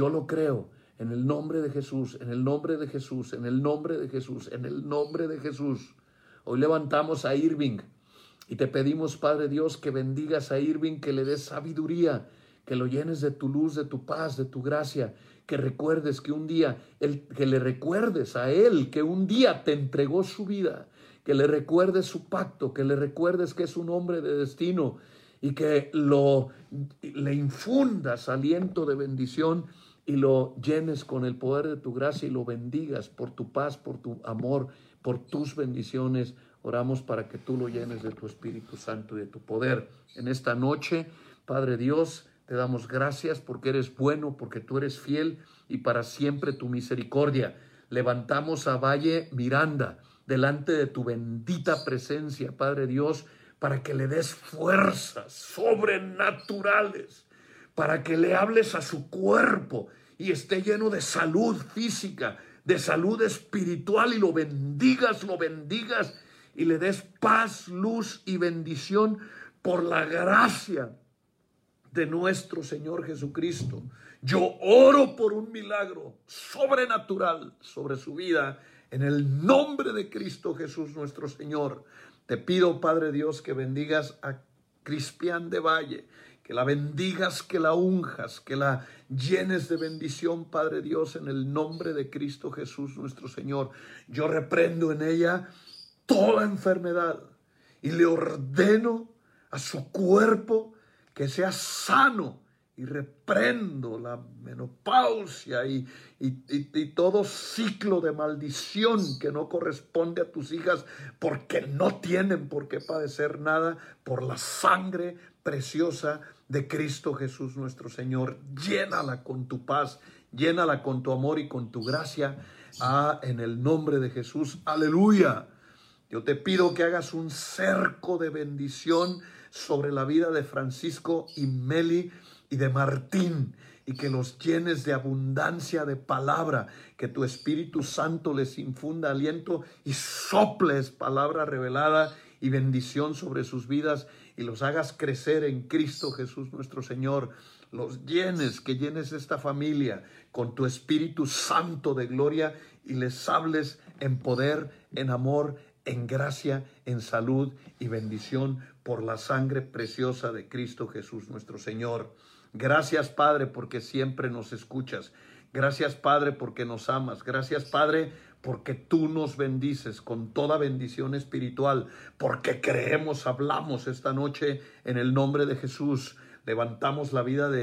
en el nombre de Jesús, en el nombre de Jesús, en el nombre de Jesús, en el nombre de Jesús. Hoy levantamos a Irving y te pedimos, Padre Dios, que bendigas a Irving, que le des sabiduría, que lo llenes de tu luz, de tu paz, de tu gracia, que recuerdes que un día, que le recuerdes a él que un día te entregó su vida, que le recuerdes su pacto, que le recuerdes que es un hombre de destino y que le infundas aliento de bendición y lo llenes con el poder de tu gracia y lo bendigas por tu paz, por tu amor, por tus bendiciones. Oramos para que tú lo llenes de tu Espíritu Santo y de tu poder. En esta noche, Padre Dios, te damos gracias porque eres bueno, porque tú eres fiel y para siempre tu misericordia. Levantamos a Valle Miranda delante de tu bendita presencia, Padre Dios, para que le des fuerzas sobrenaturales, para que le hables a su cuerpo y esté lleno de salud física, de salud espiritual y lo bendigas y le des paz, luz y bendición por la gracia de nuestro Señor Jesucristo. Yo oro por un milagro sobrenatural sobre su vida en el nombre de Cristo Jesús nuestro Señor. Te pido, Padre Dios, que bendigas a Crispián de Valle, que la bendigas, que la unjas, que la llenes de bendición, Padre Dios, en el nombre de Cristo Jesús nuestro Señor. Yo reprendo en ella toda enfermedad y le ordeno a su cuerpo que sea sano y reprendo la menopausia y todo ciclo de maldición que no corresponde a tus hijas porque no tienen por qué padecer nada por la sangre preciosa de Cristo Jesús nuestro Señor. Llénala con tu paz, llénala con tu amor y con tu gracia. En el nombre de Jesús, aleluya. Yo te pido que hagas un cerco de bendición sobre la vida de Francisco y Meli y de Martín, y que los llenes de abundancia de palabra, que tu Espíritu Santo les infunda aliento y soples palabra revelada y bendición sobre sus vidas y los hagas crecer en Cristo Jesús nuestro Señor. Los llenes, que llenes esta familia con tu Espíritu Santo de gloria y les hables en poder, en amor, en gracia, en salud y bendición por la sangre preciosa de Cristo Jesús nuestro Señor. Gracias, Padre, porque siempre nos escuchas. Gracias, Padre, porque nos amas. Gracias, Padre, porque tú nos bendices con toda bendición espiritual, porque creemos, hablamos esta noche en el nombre de Jesús. Levantamos la vida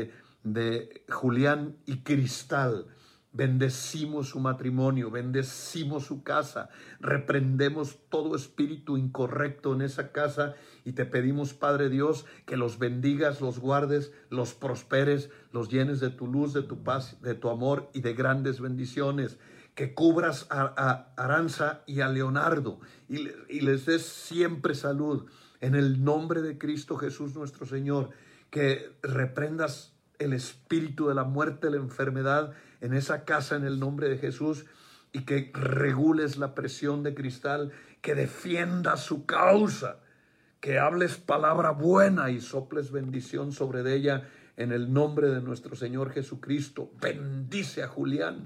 de Julián y Cristal. Bendecimos su matrimonio, bendecimos su casa, reprendemos todo espíritu incorrecto en esa casa y te pedimos, Padre Dios, que los bendigas, los guardes, los prosperes, los llenes de tu luz, de tu paz, de tu amor y de grandes bendiciones. Que cubras a Aranza y a Leonardo y les des siempre salud en el nombre de Cristo Jesús nuestro Señor. Que reprendas el espíritu de la muerte, la enfermedad en esa casa en el nombre de Jesús y que regules la presión de Cristal, que defiendas su causa, que hables palabra buena y soples bendición sobre ella en el nombre de nuestro Señor Jesucristo. Bendice a Julián.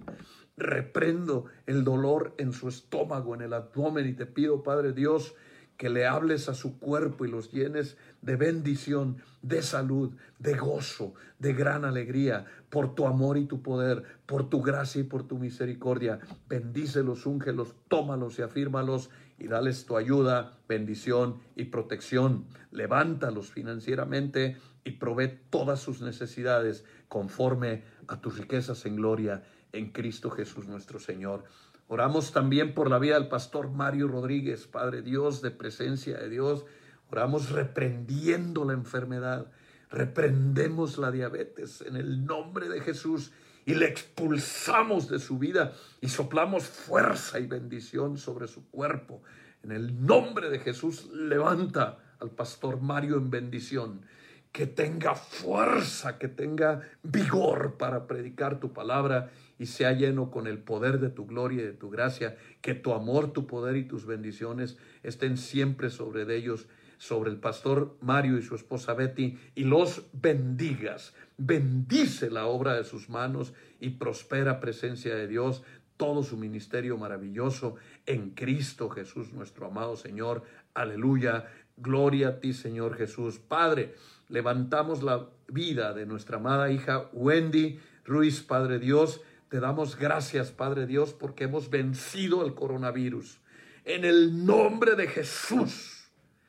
Reprendo el dolor en su estómago, en el abdomen y te pido, Padre Dios, que le hables a su cuerpo y los llenes de bendición, de salud, de gozo, de gran alegría, por tu amor y tu poder, por tu gracia y por tu misericordia. Bendícelos, úngelos, tómalos y afírmalos y dales tu ayuda, bendición y protección. Levántalos financieramente y provee todas sus necesidades conforme a tus riquezas en gloria en Cristo Jesús nuestro Señor. Oramos también por la vida del pastor Mario Rodríguez, Padre Dios, de presencia de Dios. Oramos reprendiendo la enfermedad, reprendemos la diabetes en el nombre de Jesús y le expulsamos de su vida y soplamos fuerza y bendición sobre su cuerpo. En el nombre de Jesús, levanta al pastor Mario en bendición, que tenga fuerza, que tenga vigor para predicar tu palabra y sea lleno con el poder de tu gloria y de tu gracia, que tu amor, tu poder y tus bendiciones estén siempre sobre ellos, sobre el pastor Mario y su esposa Betty, y los bendigas. Bendice la obra de sus manos y prospera presencia de Dios, todo su ministerio maravilloso en Cristo Jesús, nuestro amado Señor. Aleluya. Gloria a ti, Señor Jesús. Padre, levantamos la vida de nuestra amada hija Wendy Ruiz, Padre Dios. Te damos gracias, Padre Dios, porque hemos vencido el coronavirus. En el nombre de Jesús,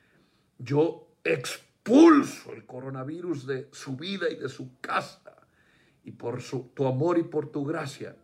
yo expulso el coronavirus de su vida y de su casa. Y por tu amor y por tu gracia,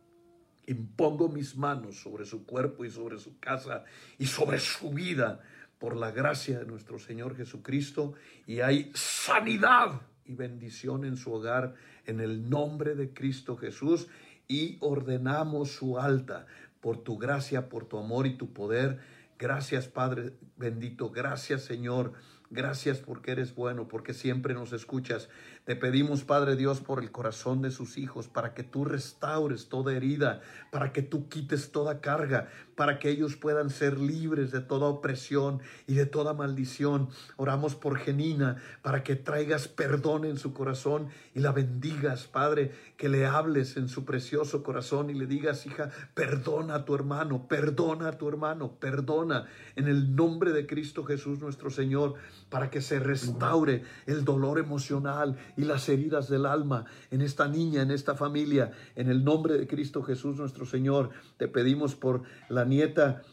impongo mis manos sobre su cuerpo y sobre su casa y sobre su vida, por la gracia de nuestro Señor Jesucristo, y hay sanidad y bendición en su hogar en el nombre de Cristo Jesús, y ordenamos su alta por tu gracia, por tu amor y tu poder. Gracias, Padre bendito. Gracias, Señor. Gracias porque eres bueno, porque siempre nos escuchas. Te pedimos, Padre Dios, por el corazón de sus hijos, para que tú restaures toda herida, para que tú quites toda carga, para que ellos puedan ser libres de toda opresión y de toda maldición. Oramos por Genina, para que traigas perdón en su corazón y la bendigas, Padre, que le hables en su precioso corazón y le digas: hija, perdona a tu hermano, perdona a tu hermano, perdona en el nombre de Cristo Jesús nuestro Señor, para que se restaure el dolor emocional y las heridas del alma en esta niña, en esta familia. En el nombre de Cristo Jesús nuestro Señor, te pedimos por la nieta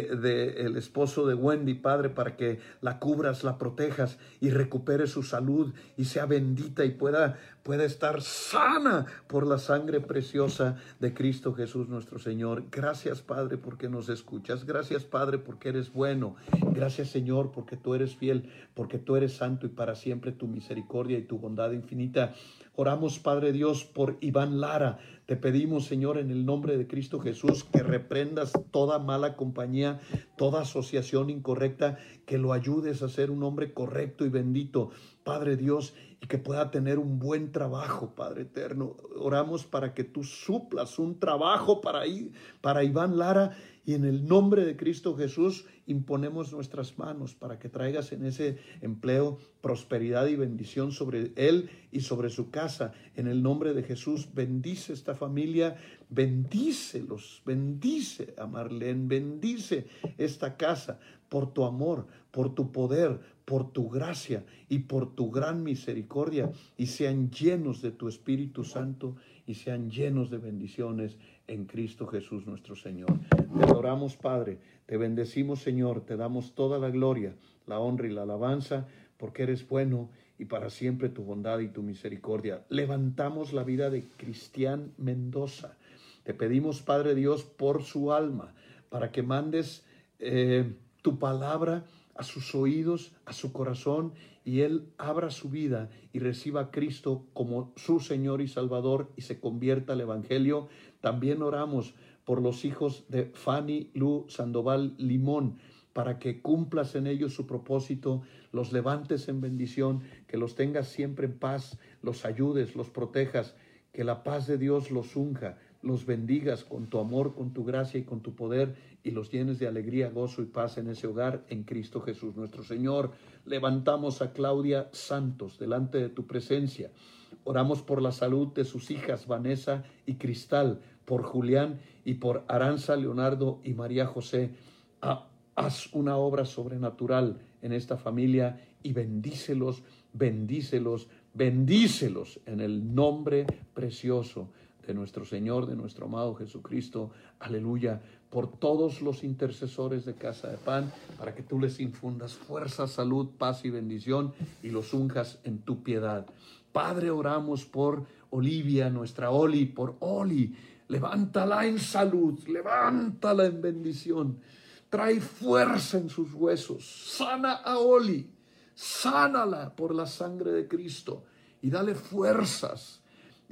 del esposo de Wendy, Padre, para que la cubras, la protejas y recupere su salud y sea bendita y pueda estar sana por la sangre preciosa de Cristo Jesús nuestro Señor. Gracias, Padre, porque nos escuchas. Gracias, Padre, porque eres bueno. Gracias, Señor, porque tú eres fiel, porque tú eres santo y para siempre tu misericordia y tu bondad infinita. Oramos, Padre Dios, por Iván Lara. Te pedimos, Señor, en el nombre de Cristo Jesús, que reprendas toda mala compañía, toda asociación incorrecta, que lo ayudes a ser un hombre correcto y bendito, Padre Dios, y que pueda tener un buen trabajo, Padre eterno. Oramos para que tú suplas un trabajo para Iván Lara, y en el nombre de Cristo Jesús imponemos nuestras manos para que traigas en ese empleo prosperidad y bendición sobre él y sobre su casa. En el nombre de Jesús, bendice esta familia, bendícelos, bendice a Marlene, bendice esta casa por tu amor, por tu poder, por tu gracia y por tu gran misericordia, y sean llenos de tu Espíritu Santo y sean llenos de bendiciones en Cristo Jesús nuestro Señor. Te adoramos, Padre, te bendecimos, Señor, te damos toda la gloria, la honra y la alabanza, porque eres bueno y para siempre tu bondad y tu misericordia. Levantamos la vida de Cristian Mendoza. Te pedimos, Padre Dios, por su alma, para que mandes tu palabra a sus oídos, a su corazón, y él abra su vida y reciba a Cristo como su Señor y Salvador y se convierta al Evangelio. También oramos por los hijos de Fanny Lu Sandoval Limón, para que cumplas en ellos su propósito, los levantes en bendición, que los tengas siempre en paz, los ayudes, los protejas, que la paz de Dios los unja, los bendigas con tu amor, con tu gracia y con tu poder, y los llenes de alegría, gozo y paz en ese hogar, en Cristo Jesús nuestro Señor. Levantamos a Claudia Santos delante de tu presencia. Oramos por la salud de sus hijas Vanessa y Cristal, por Julián y por Aranza, Leonardo y María José. Haz una obra sobrenatural en esta familia y bendícelos, bendícelos, bendícelos en el nombre precioso de nuestro Señor, de nuestro amado Jesucristo. Aleluya. Por todos los intercesores de Casa de Pan, para que tú les infundas fuerza, salud, paz y bendición y los unjas en tu piedad. Padre, oramos por Olivia, nuestra Oli, por Oli. Levántala en salud, levántala en bendición. Trae fuerza en sus huesos. Sana a Oli, sánala por la sangre de Cristo y dale fuerzas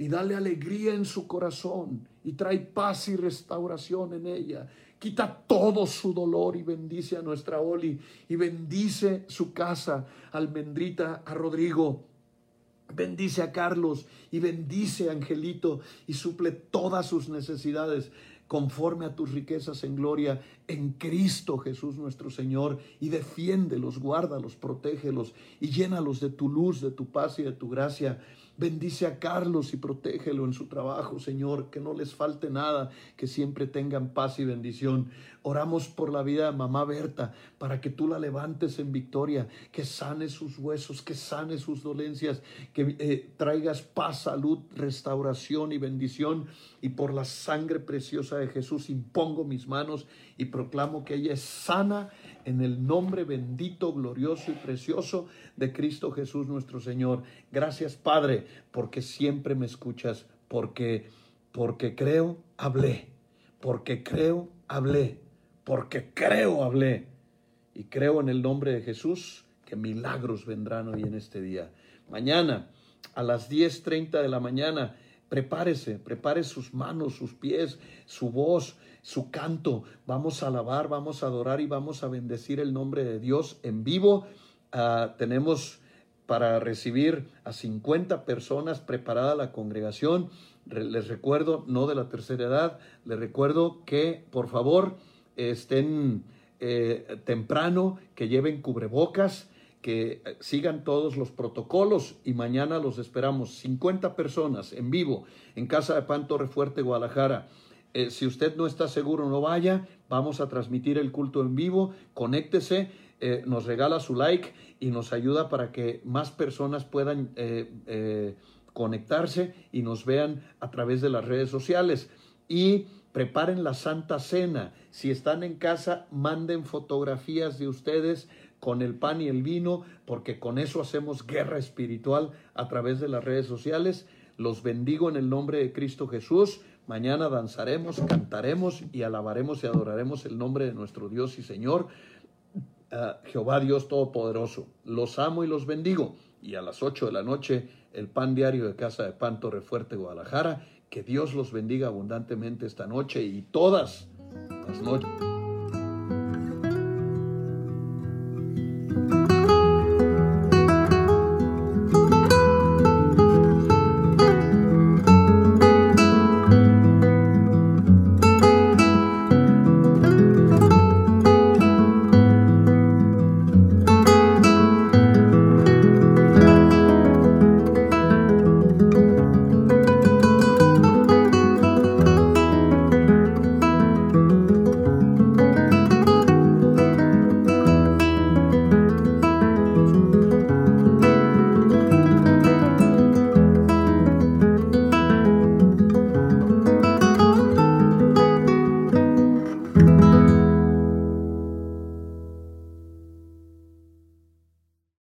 y dale alegría en su corazón y trae paz y restauración en ella. Quita todo su dolor y bendice a nuestra Oli y bendice su casa, Almendrita, a Rodrigo. Bendice a Carlos y bendice a Angelito y suple todas sus necesidades conforme a tus riquezas en gloria en Cristo Jesús nuestro Señor, y defiéndelos, guárdalos, protégelos y llénalos de tu luz, de tu paz y de tu gracia. Bendice a Carlos y protégelo en su trabajo, Señor, que no les falte nada, que siempre tengan paz y bendición. Oramos por la vida de mamá Berta, para que tú la levantes en victoria, que sane sus huesos, que sane sus dolencias, que traigas paz, salud, restauración y bendición. Y por la sangre preciosa de Jesús impongo mis manos y proclamo que ella es sana en el nombre bendito, glorioso y precioso de Cristo Jesús nuestro Señor. Gracias, Padre, porque siempre me escuchas, porque creo, hablé, porque creo, hablé, porque creo, hablé. Y creo en el nombre de Jesús que milagros vendrán hoy en este día. Mañana a las 10:30 de la mañana, prepare sus manos, sus pies, su voz, su canto. Vamos a alabar, vamos a adorar y vamos a bendecir el nombre de Dios en vivo. Tenemos para recibir a 50 personas preparada la congregación. Les recuerdo, no de la tercera edad, les recuerdo que por favor estén temprano, que lleven cubrebocas, que sigan todos los protocolos, y mañana los esperamos. 50 personas en vivo en Casa de Pan Torrefuerte, Guadalajara. Si usted no está seguro, no vaya. Vamos a transmitir el culto en vivo. Conéctese, nos regala su like y nos ayuda para que más personas puedan conectarse y nos vean a través de las redes sociales. Y preparen la Santa Cena. Si están en casa, manden fotografías de ustedes con el pan y el vino, porque con eso hacemos guerra espiritual a través de las redes sociales. Los bendigo en el nombre de Cristo Jesús. Mañana danzaremos, cantaremos y alabaremos y adoraremos el nombre de nuestro Dios y Señor, Jehová Dios Todopoderoso. Los amo y los bendigo. Y a las 8 de la noche, el pan diario de Casa de Pan Torrefuerte, Guadalajara. Que Dios los bendiga abundantemente esta noche y todas las noches.